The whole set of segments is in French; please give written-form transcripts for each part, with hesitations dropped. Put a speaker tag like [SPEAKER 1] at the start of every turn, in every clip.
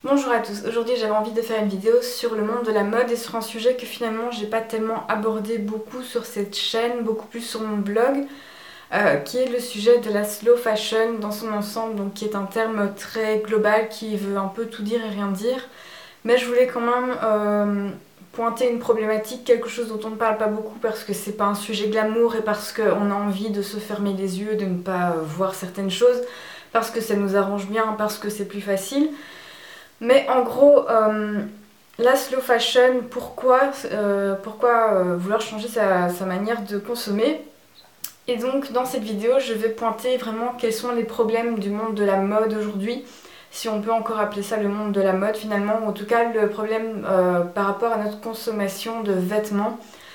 [SPEAKER 1] Bonjour à tous, aujourd'hui j'avais envie de faire une vidéo sur le monde de la mode et sur un sujet que finalement j'ai pas tellement abordé beaucoup sur cette chaîne, beaucoup plus sur mon blog, qui est le sujet de la slow fashion dans son ensemble, donc qui est un terme très global qui veut un peu tout dire et rien dire. Mais je voulais quand même pointer une problématique, quelque chose dont on ne parle pas beaucoup parce que c'est pas un sujet glamour et parce qu'on a envie de se fermer les yeux, de ne pas voir certaines choses, parce que ça nous arrange bien, parce que c'est plus facile. Mais en gros, la slow fashion, pourquoi vouloir changer sa manière de consommer? Et donc dans cette vidéo, je vais pointer vraiment quels sont les problèmes du monde de la mode aujourd'hui, si on peut encore appeler ça le monde de la mode finalement, ou en tout cas le problème par rapport à notre consommation de vêtements.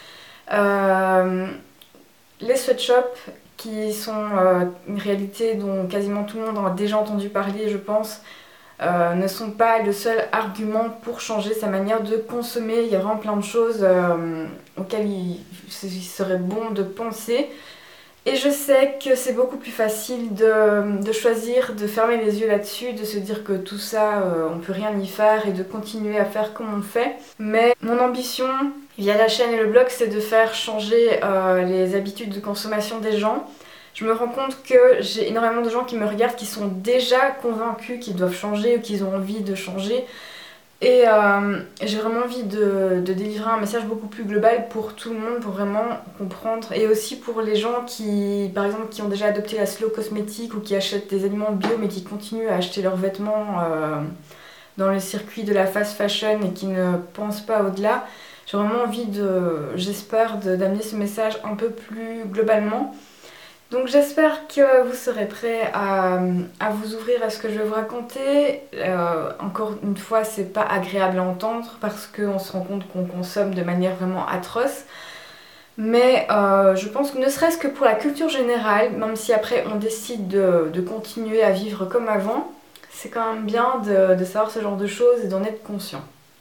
[SPEAKER 1] Euh, les sweatshops, qui sont une réalité dont quasiment tout le monde a déjà entendu parler, je pense, ne sont pas le seul argument pour changer sa manière de consommer. Il y a vraiment plein de choses auxquelles il serait bon de penser. Et je sais que c'est beaucoup plus facile de choisir, de fermer les yeux là-dessus, de se dire que tout ça, on peut rien y faire et de continuer à faire comme on fait. Mais mon ambition, via la chaîne et le blog, c'est de faire changer les habitudes de consommation des gens. Je me rends compte que j'ai énormément de gens qui me regardent qui sont déjà convaincus qu'ils doivent changer ou qu'ils ont envie de changer. Et j'ai vraiment envie de délivrer un message beaucoup plus global pour tout le monde, pour vraiment comprendre. Et aussi pour les gens qui, par exemple, qui ont déjà adopté la slow cosmétique ou qui achètent des aliments bio mais qui continuent à acheter leurs vêtements dans le circuit de la fast fashion et qui ne pensent pas au-delà. J'ai vraiment envie j'espère, d'amener ce message un peu plus globalement. Donc j'espère que vous serez prêts à vous ouvrir à ce que je vais vous raconter. Encore une fois, c'est pas agréable à entendre parce qu'on se rend compte qu'on consomme de manière vraiment atroce. Mais je pense que ne serait-ce que pour la culture générale, même si après on décide de continuer à vivre comme avant, c'est quand même bien de savoir ce genre de choses et d'en être conscient.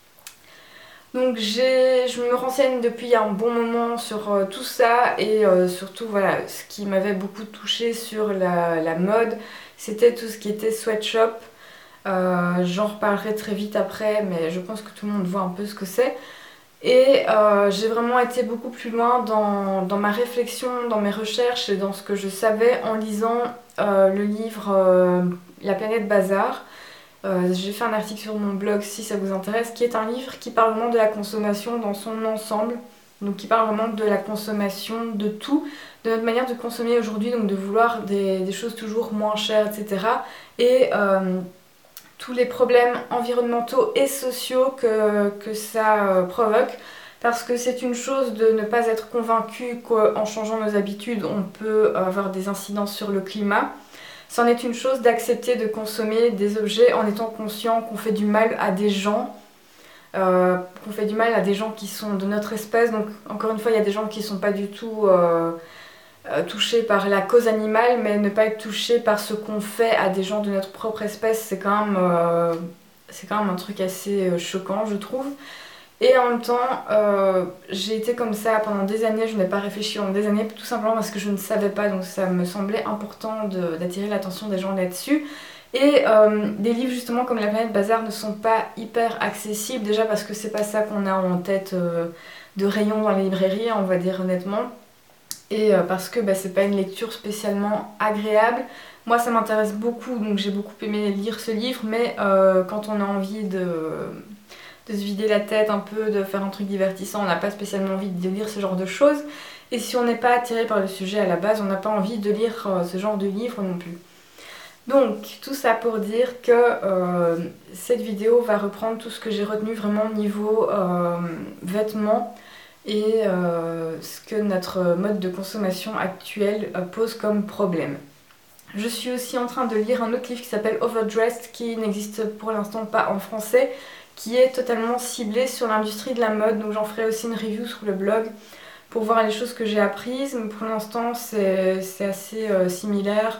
[SPEAKER 1] Donc je me renseigne depuis un bon moment sur tout ça et surtout voilà, ce qui m'avait beaucoup touchée sur la mode, c'était tout ce qui était sweatshop. J'en reparlerai très vite après, mais je pense que tout le monde voit un peu ce que c'est. Et j'ai vraiment été beaucoup plus loin dans ma réflexion, dans mes recherches et dans ce que je savais en lisant le livre La planète bazar. J'ai fait un article sur mon blog si ça vous intéresse, qui est un livre qui parle vraiment de la consommation dans son ensemble. Donc qui parle vraiment de la consommation de tout, de notre manière de consommer aujourd'hui, donc de vouloir des choses toujours moins chères, etc. Et tous les problèmes environnementaux et sociaux que ça provoque. Parce que c'est une chose de ne pas être convaincu qu'en changeant nos habitudes, on peut avoir des incidences sur le climat. C'en est une chose d'accepter de consommer des objets en étant conscient qu'on fait du mal à des gens, qu'on fait du mal à des gens qui sont de notre espèce. Donc encore une fois, il y a des gens qui ne sont pas du tout touchés par la cause animale, mais ne pas être touchés par ce qu'on fait à des gens de notre propre espèce, c'est quand même un truc assez choquant, je trouve. Et en même temps, j'ai été comme ça pendant des années, je n'ai pas réfléchi pendant des années, tout simplement parce que je ne savais pas, donc ça me semblait important d'attirer l'attention des gens là-dessus. Et des livres justement comme La planète bazar ne sont pas hyper accessibles, déjà parce que c'est pas ça qu'on a en tête de rayon dans les librairies, on va dire honnêtement. Et parce que c'est pas une lecture spécialement agréable. Moi ça m'intéresse beaucoup, donc j'ai beaucoup aimé lire ce livre, mais quand on a envie de se vider la tête un peu, de faire un truc divertissant, on n'a pas spécialement envie de lire ce genre de choses. Et si on n'est pas attiré par le sujet à la base, on n'a pas envie de lire ce genre de livre non plus. Donc tout ça pour dire que cette vidéo va reprendre tout ce que j'ai retenu vraiment niveau vêtements et ce que notre mode de consommation actuel pose comme problème. Je suis aussi en train de lire un autre livre qui s'appelle Overdressed, qui n'existe pour l'instant pas en français, qui est totalement ciblé sur l'industrie de la mode, donc j'en ferai aussi une review sur le blog pour voir les choses que j'ai apprises, mais pour l'instant c'est assez similaire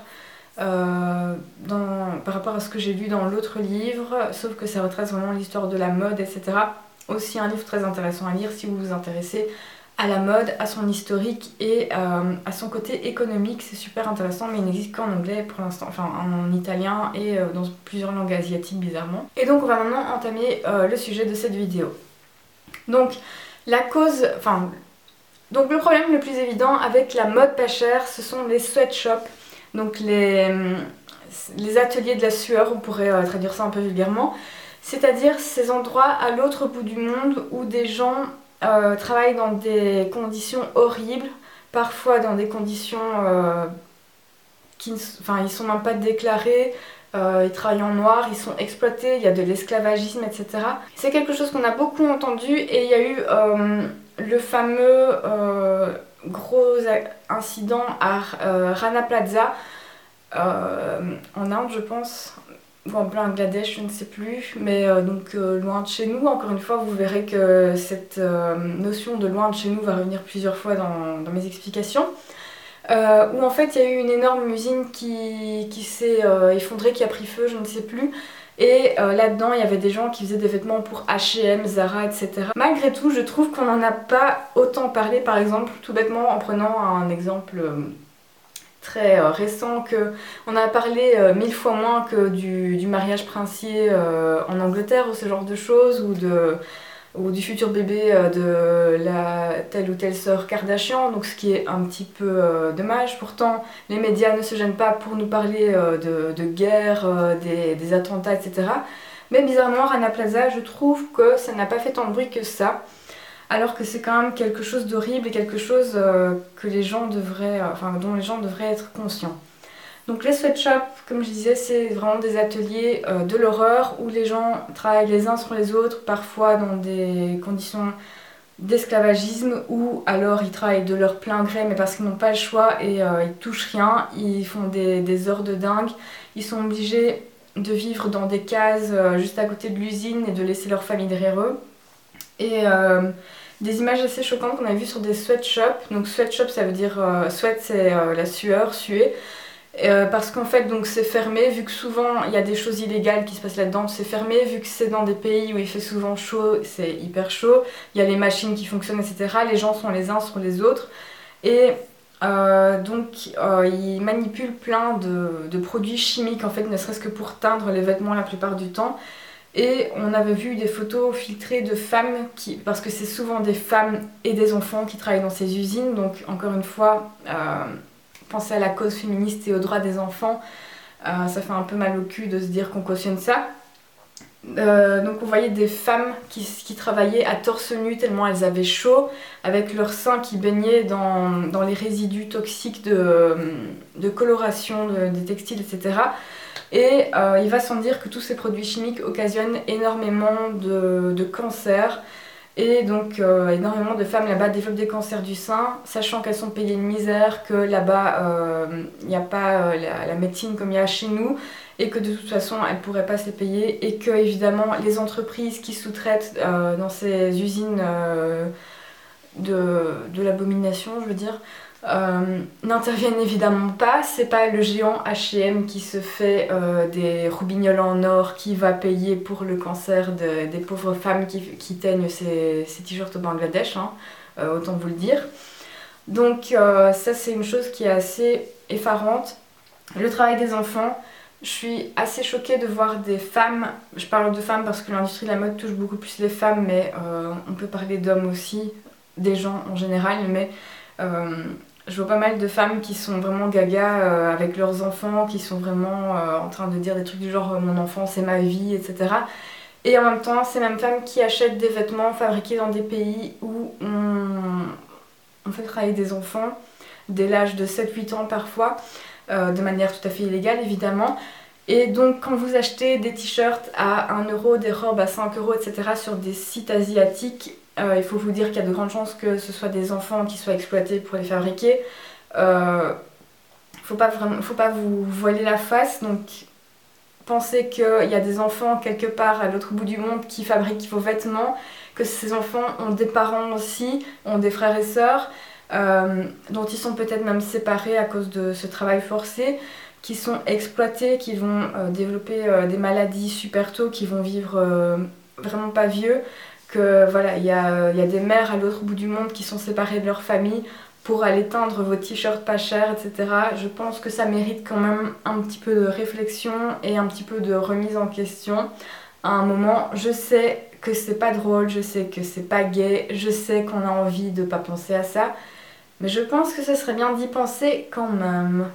[SPEAKER 1] par rapport à ce que j'ai lu dans l'autre livre, sauf que ça retrace vraiment l'histoire de la mode, etc. Aussi un livre très intéressant à lire si vous vous intéressez à la mode, à son historique et à son côté économique. C'est super intéressant, mais il n'existe qu'en anglais pour l'instant, enfin en italien et dans plusieurs langues asiatiques bizarrement. Et donc on va maintenant entamer le sujet de cette vidéo. Donc la cause, donc le problème le plus évident avec la mode pas chère, ce sont les sweatshops, donc les ateliers de la sueur, on pourrait traduire ça un peu vulgairement, c'est-à-dire ces endroits à l'autre bout du monde où des gens travaillent dans des conditions horribles, parfois dans des conditions ils sont même pas déclarées, ils travaillent en noir, ils sont exploités, il y a de l'esclavagisme, etc. C'est quelque chose qu'on a beaucoup entendu et il y a eu le fameux gros incident à Rana Plaza en Inde, je pense, ou en Bangladesh, je ne sais plus, mais donc loin de chez nous. Encore une fois, vous verrez que cette notion de loin de chez nous va revenir plusieurs fois dans mes explications. Où en fait il y a eu une énorme usine qui s'est effondrée, qui a pris feu, je ne sais plus. Et là-dedans, il y avait des gens qui faisaient des vêtements pour H&M, Zara, etc. Malgré tout, je trouve qu'on n'en a pas autant parlé, par exemple, tout bêtement, en prenant un exemple très récent, on a parlé 1000 fois moins que du mariage princier en Angleterre, ou ce genre de choses, ou du futur bébé de la telle ou telle sœur Kardashian, donc ce qui est un petit peu dommage. Pourtant, les médias ne se gênent pas pour nous parler de guerre, des attentats, etc. Mais bizarrement, Rana Plaza, je trouve que ça n'a pas fait tant de bruit que ça, alors que c'est quand même quelque chose d'horrible et quelque chose que les gens devraient, dont les gens devraient être conscients. Donc les sweatshops, comme je disais, c'est vraiment des ateliers de l'horreur où les gens travaillent les uns sur les autres, parfois dans des conditions d'esclavagisme, ou alors ils travaillent de leur plein gré mais parce qu'ils n'ont pas le choix et ils touchent rien, ils font des heures de dingue, ils sont obligés de vivre dans des cases juste à côté de l'usine et de laisser leur famille derrière eux. Et des images assez choquantes qu'on a vues sur des sweatshops. Donc sweatshop, ça veut dire sweat, c'est la sueur, suer. Parce qu'en fait donc c'est fermé, vu que souvent il y a des choses illégales qui se passent là-dedans, c'est fermé, vu que c'est dans des pays où il fait souvent chaud, c'est hyper chaud, il y a les machines qui fonctionnent, etc. Les gens sont les uns sur les autres et ils manipulent plein de produits chimiques en fait, ne serait-ce que pour teindre les vêtements la plupart du temps. Et on avait vu des photos filtrées de femmes, parce que c'est souvent des femmes et des enfants qui travaillent dans ces usines, donc encore une fois, penser à la cause féministe et aux droits des enfants, ça fait un peu mal au cul de se dire qu'on cautionne ça. Donc on voyait des femmes qui travaillaient à torse nu tellement elles avaient chaud, avec leurs seins qui baignaient dans les résidus toxiques de coloration des textiles, etc. Et il va sans dire que tous ces produits chimiques occasionnent énormément de cancers. Et donc énormément de femmes là-bas développent des cancers du sein, sachant qu'elles sont payées une misère, que là-bas il n'y a pas la médecine comme il y a chez nous, et que de toute façon elles ne pourraient pas se les payer, et que évidemment les entreprises qui sous-traitent dans ces usines de l'abomination, je veux dire, n'interviennent évidemment pas. C'est pas le géant H&M qui se fait des roubignoles en or qui va payer pour le cancer des pauvres femmes qui teignent ces t-shirts au Bangladesh, hein, autant vous le dire. Donc ça c'est une chose qui est assez effarante. Le travail des enfants, je suis assez choquée de voir des femmes, je parle de femmes parce que l'industrie de la mode touche beaucoup plus les femmes, mais on peut parler d'hommes aussi, des gens en général, mais je vois pas mal de femmes qui sont vraiment gaga avec leurs enfants, qui sont vraiment en train de dire des trucs du genre mon enfant c'est ma vie, etc. Et en même temps, ces mêmes femmes qui achètent des vêtements fabriqués dans des pays où on fait travailler des enfants dès l'âge de 7-8 ans parfois, de manière tout à fait illégale évidemment. Et donc quand vous achetez des t-shirts à 1 euro, des robes à 5 euros, etc. sur des sites asiatiques, il faut vous dire qu'il y a de grandes chances que ce soit des enfants qui soient exploités pour les fabriquer. Faut pas vous voiler la face, donc pensez qu'il y a des enfants quelque part à l'autre bout du monde qui fabriquent vos vêtements, que ces enfants ont des parents aussi, ont des frères et sœurs, dont ils sont peut-être même séparés à cause de ce travail forcé, qui sont exploités, qui vont développer des maladies super tôt, qui vont vivre vraiment pas vieux, que voilà, il y a des mères à l'autre bout du monde qui sont séparées de leur famille pour aller teindre vos t-shirts pas chers, etc. Je pense que ça mérite quand même un petit peu de réflexion et un petit peu de remise en question. À un moment, je sais que c'est pas drôle, je sais que c'est pas gay, je sais qu'on a envie de pas penser à ça, mais je pense que ce serait bien d'y penser quand même.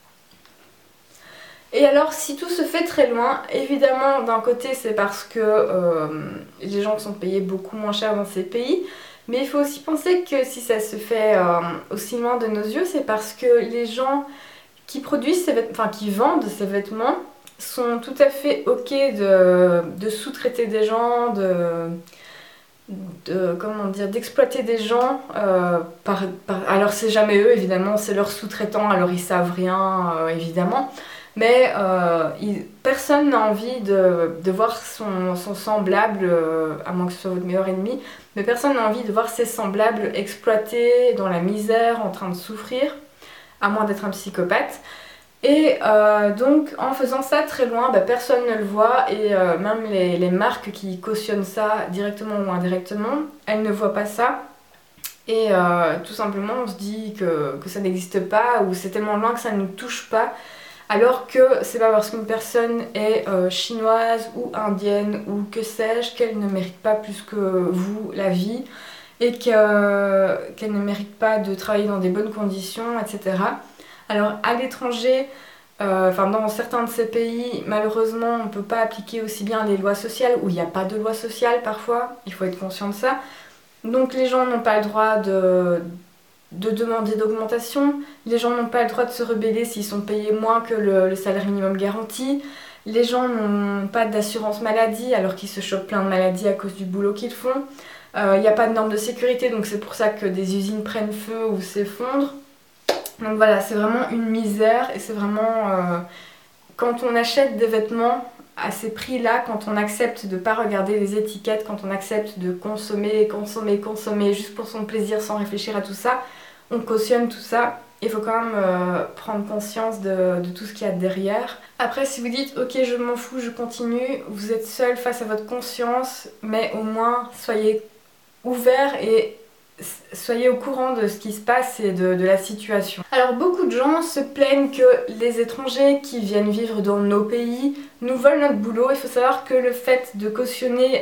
[SPEAKER 1] Et alors, si tout se fait très loin, évidemment, d'un côté, c'est parce que les gens sont payés beaucoup moins cher dans ces pays, mais il faut aussi penser que si ça se fait aussi loin de nos yeux, c'est parce que les gens qui produisent ces vêtements, enfin qui vendent ces vêtements, sont tout à fait ok de sous-traiter des gens, comment dire, d'exploiter des gens. Alors c'est jamais eux, évidemment, c'est leurs sous-traitants, alors ils savent rien, évidemment. Mais personne n'a envie de voir son semblable, à moins que ce soit votre meilleur ennemi, mais personne n'a envie de voir ses semblables exploités dans la misère, en train de souffrir, à moins d'être un psychopathe. Et donc en faisant ça très loin, personne ne le voit et même les marques qui cautionnent ça directement ou indirectement, elles ne voient pas ça. Et tout simplement on se dit que ça n'existe pas ou c'est tellement loin que ça ne nous touche pas. Alors que c'est pas parce qu'une personne est chinoise ou indienne ou que sais-je qu'elle ne mérite pas plus que vous la vie et qu'elle ne mérite pas de travailler dans des bonnes conditions, etc. Alors à l'étranger, dans certains de ces pays, malheureusement on ne peut pas appliquer aussi bien les lois sociales ou il n'y a pas de loi sociale parfois, il faut être conscient de ça. Donc les gens n'ont pas le droit de demander d'augmentation, les gens n'ont pas le droit de se rebeller s'ils sont payés moins que le salaire minimum garanti, les gens n'ont pas d'assurance maladie alors qu'ils se chopent plein de maladies à cause du boulot qu'ils font, il n'y a pas de normes de sécurité donc c'est pour ça que des usines prennent feu ou s'effondrent. Donc voilà, c'est vraiment une misère et c'est vraiment quand on achète des vêtements à ces prix-là, quand on accepte de ne pas regarder les étiquettes, quand on accepte de consommer juste pour son plaisir sans réfléchir à tout ça, on cautionne tout ça. Il faut quand même prendre conscience de tout ce qu'il y a derrière. Après, si vous dites ok, je m'en fous, je continue, vous êtes seul face à votre conscience, mais au moins soyez ouvert et soyez au courant de ce qui se passe et de la situation. Alors beaucoup de gens se plaignent que les étrangers qui viennent vivre dans nos pays nous volent notre boulot. Il faut savoir que le fait de cautionner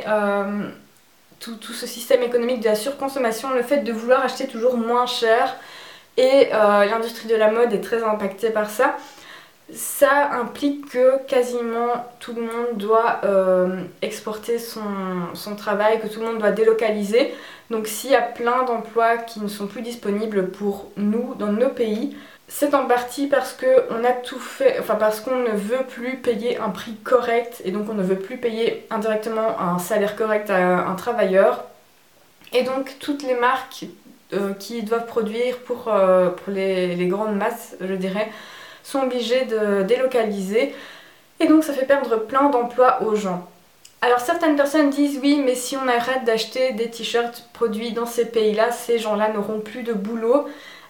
[SPEAKER 1] tout ce système économique de la surconsommation, le fait de vouloir acheter toujours moins cher, et l'industrie de la mode est très impactée par ça, ça implique que quasiment tout le monde doit exporter son travail, que tout le monde doit délocaliser. Donc s'il y a plein d'emplois qui ne sont plus disponibles pour nous dans nos pays, c'est en partie parce qu'on a tout fait, parce qu'on ne veut plus payer un prix correct et donc on ne veut plus payer indirectement un salaire correct à un travailleur. Et donc toutes les marques qui doivent produire pour les grandes masses, je dirais, sont obligés de délocaliser et donc ça fait perdre plein d'emplois aux gens. Alors certaines personnes disent oui, mais si on arrête d'acheter des t-shirts produits dans ces pays-là, ces gens-là n'auront plus de boulot.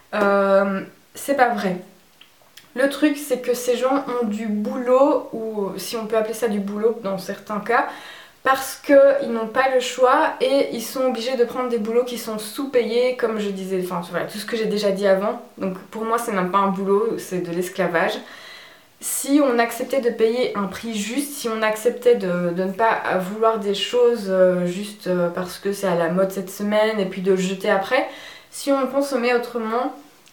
[SPEAKER 1] C'est pas vrai. Le truc c'est que ces gens ont du boulot, ou si on peut appeler ça du boulot dans certains cas, parce qu'ils n'ont pas le choix et ils sont obligés de prendre des boulots qui sont sous-payés, comme je disais, voilà, tout ce que j'ai déjà dit avant. Donc pour moi c'est même pas un boulot, c'est de l'esclavage. Si on acceptait de payer un prix juste, si on acceptait de ne pas vouloir des choses juste parce que c'est à la mode cette semaine et puis de le jeter après, si on consommait autrement,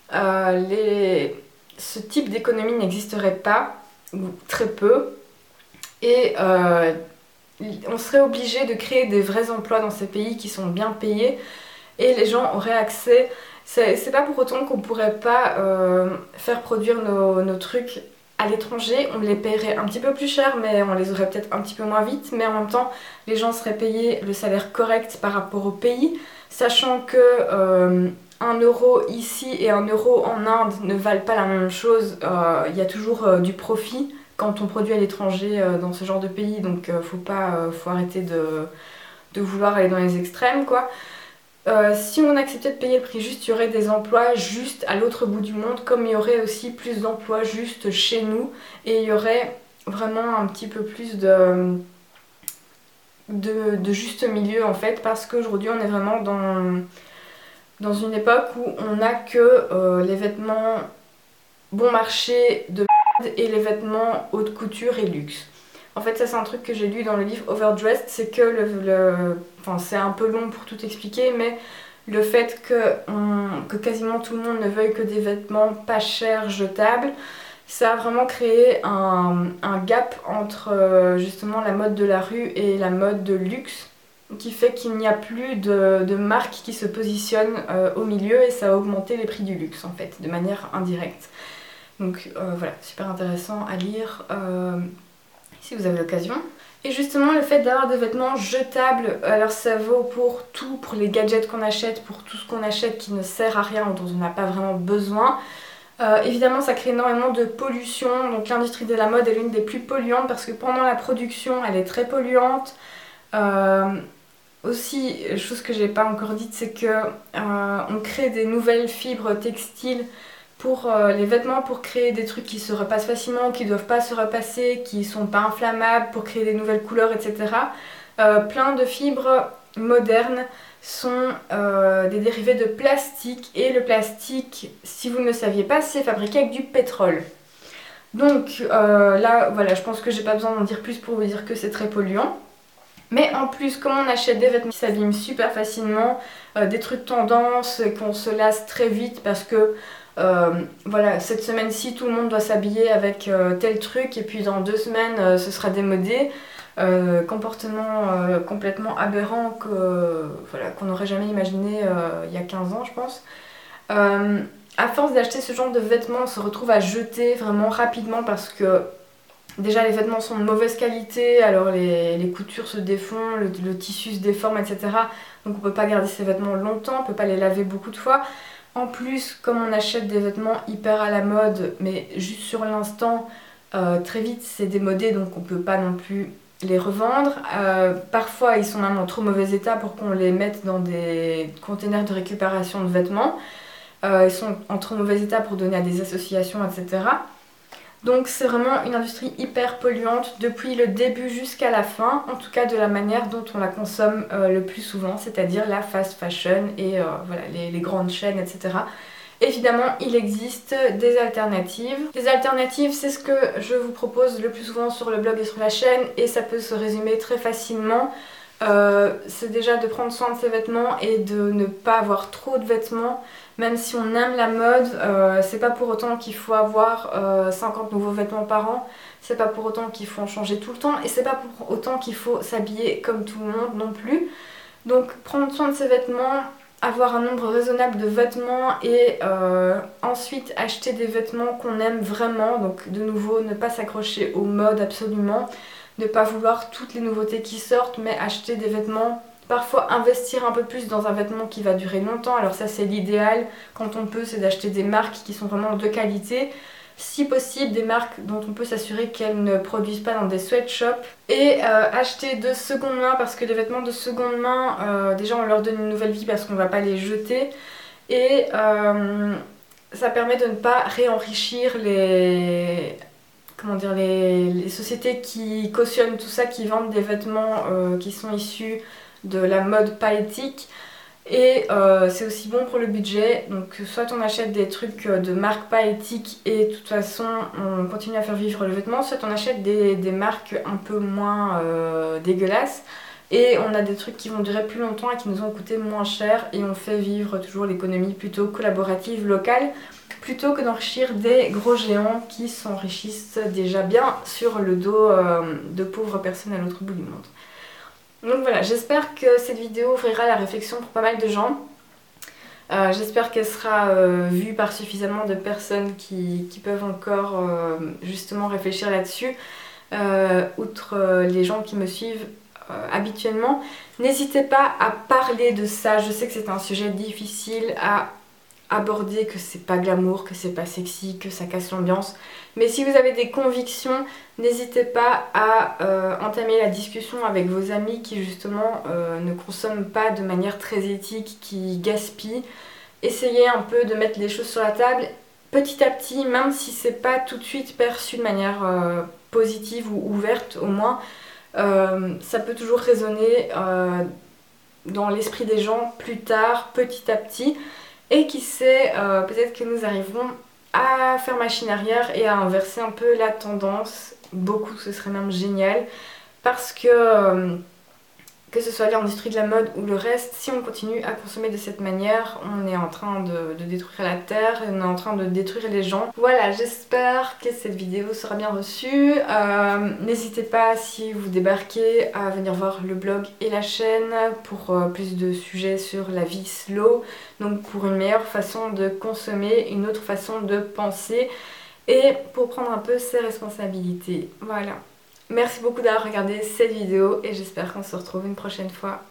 [SPEAKER 1] ce type d'économie n'existerait pas, ou très peu, et on serait obligé de créer des vrais emplois dans ces pays qui sont bien payés et les gens auraient accès. C'est pas pour autant qu'on pourrait pas faire produire nos trucs à l'étranger, on les paierait un petit peu plus cher mais on les aurait peut-être un petit peu moins vite, mais en même temps les gens seraient payés le salaire correct par rapport au pays, sachant que 1 euro ici et 1 euro en Inde ne valent pas la même chose, il y a toujours du profit quand on produit à l'étranger dans ce genre de pays, donc faut arrêter de vouloir aller dans les extrêmes quoi. Si on acceptait de payer le prix juste, il y aurait des emplois juste à l'autre bout du monde, comme il y aurait aussi plus d'emplois juste chez nous, et il y aurait vraiment un petit peu plus de... de juste milieu en fait, parce qu'aujourd'hui on est vraiment dans une époque où on n'a que les vêtements bon marché de merde et les vêtements haute couture et luxe. En fait, ça c'est un truc que j'ai lu dans le livre Overdressed, c'est que enfin c'est un peu long pour tout expliquer, mais le fait que quasiment tout le monde ne veuille que des vêtements pas chers, jetables, ça a vraiment créé un gap entre justement la mode de la rue et la mode de luxe, qui fait qu'il n'y a plus de marques qui se positionnent au milieu, et ça a augmenté les prix du luxe en fait, de manière indirecte. Donc voilà, super intéressant à lire si vous avez l'occasion. Et justement le fait d'avoir des vêtements jetables, alors ça vaut pour tout, pour les gadgets qu'on achète, pour tout ce qu'on achète qui ne sert à rien, dont on n'a pas vraiment besoin. Évidemment ça crée énormément de pollution, donc l'industrie de la mode est l'une des plus polluantes parce que pendant la production elle est très polluante. Aussi, chose que j'ai pas encore dite, c'est que on crée des nouvelles fibres textiles pour les vêtements, pour créer des trucs qui se repassent facilement, qui ne doivent pas se repasser, qui sont pas inflammables, pour créer des nouvelles couleurs, etc. Plein de fibres modernes sont des dérivés de plastique, et le plastique, si vous ne le saviez pas, c'est fabriqué avec du pétrole. Donc là, voilà, je pense que j'ai pas besoin d'en dire plus pour vous dire que c'est très polluant. Mais en plus, comme on achète des vêtements qui s'abîment super facilement, des trucs tendance, qu'on se lasse très vite parce que voilà, cette semaine-ci tout le monde doit s'habiller avec tel truc, et puis dans 2 semaines ce sera démodé. Comportement complètement aberrant voilà, qu'on n'aurait jamais imaginé il y a 15 ans je pense. À force d'acheter ce genre de vêtements, on se retrouve à jeter vraiment rapidement parce que déjà les vêtements sont de mauvaise qualité, alors les coutures se défont, le tissu se déforme, etc. Donc on peut pas garder ces vêtements longtemps, on peut pas les laver beaucoup de fois. En plus, comme on achète des vêtements hyper à la mode, mais juste sur l'instant, très vite c'est démodé, donc on peut pas non plus les revendre. Parfois ils sont même en trop mauvais état pour qu'on les mette dans des containers de récupération de vêtements. Ils sont en trop mauvais état pour donner à des associations, etc. Donc c'est vraiment une industrie hyper polluante depuis le début jusqu'à la fin, en tout cas de la manière dont on la consomme le plus souvent, c'est-à-dire la fast fashion et voilà, les grandes chaînes, etc. Évidemment, il existe des alternatives. Les alternatives, c'est ce que je vous propose le plus souvent sur le blog et sur la chaîne, et ça peut se résumer très facilement. C'est déjà de prendre soin de ses vêtements et de ne pas avoir trop de vêtements. Même si on aime la mode, c'est pas pour autant qu'il faut avoir 50 nouveaux vêtements par an, c'est pas pour autant qu'il faut en changer tout le temps, et c'est pas pour autant qu'il faut s'habiller comme tout le monde non plus. Donc prendre soin de ses vêtements, avoir un nombre raisonnable de vêtements, et ensuite acheter des vêtements qu'on aime vraiment. Donc de nouveau, ne pas s'accrocher aux modes absolument, ne pas vouloir toutes les nouveautés qui sortent, mais acheter des vêtements. Parfois investir un peu plus dans un vêtement qui va durer longtemps, alors ça c'est l'idéal quand on peut, c'est d'acheter des marques qui sont vraiment de qualité. Si possible des marques dont on peut s'assurer qu'elles ne produisent pas dans des sweatshops. Et acheter de seconde main, parce que les vêtements de seconde main, déjà on leur donne une nouvelle vie parce qu'on va pas les jeter. Et ça permet de ne pas réenrichir les sociétés qui cautionnent tout ça, qui vendent des vêtements qui sont issus de la mode pas éthique. Et c'est aussi bon pour le budget, donc soit on achète des trucs de marques pas éthiques et de toute façon on continue à faire vivre le vêtement, soit on achète des marques un peu moins dégueulasses et on a des trucs qui vont durer plus longtemps et qui nous ont coûté moins cher, et on fait vivre toujours l'économie plutôt collaborative, locale, plutôt que d'enrichir des gros géants qui s'enrichissent déjà bien sur le dos de pauvres personnes à l'autre bout du monde. Donc voilà, j'espère que cette vidéo ouvrira la réflexion pour pas mal de gens. J'espère qu'elle sera vue par suffisamment de personnes qui peuvent encore justement réfléchir là-dessus, outre les gens qui me suivent habituellement. N'hésitez pas à parler de ça, je sais que c'est un sujet difficile à aborder, que c'est pas glamour, que c'est pas sexy, que ça casse l'ambiance, mais si vous avez des convictions, n'hésitez pas à entamer la discussion avec vos amis qui justement ne consomment pas de manière très éthique, qui gaspillent. Essayez un peu de mettre les choses sur la table petit à petit, même si c'est pas tout de suite perçu de manière positive ou ouverte, au moins ça peut toujours résonner dans l'esprit des gens plus tard, petit à petit. Et qui sait, peut-être que nous arriverons à faire machine arrière et à inverser un peu la tendance. Beaucoup, ce serait même génial. Parce que ce soit l'industrie de la mode ou le reste, si on continue à consommer de cette manière, on est en train de détruire la terre, on est en train de détruire les gens. Voilà, j'espère que cette vidéo sera bien reçue. N'hésitez pas, si vous débarquez, à venir voir le blog et la chaîne pour plus de sujets sur la vie slow, donc pour une meilleure façon de consommer, une autre façon de penser et pour prendre un peu ses responsabilités. Voilà. Merci beaucoup d'avoir regardé cette vidéo et j'espère qu'on se retrouve une prochaine fois.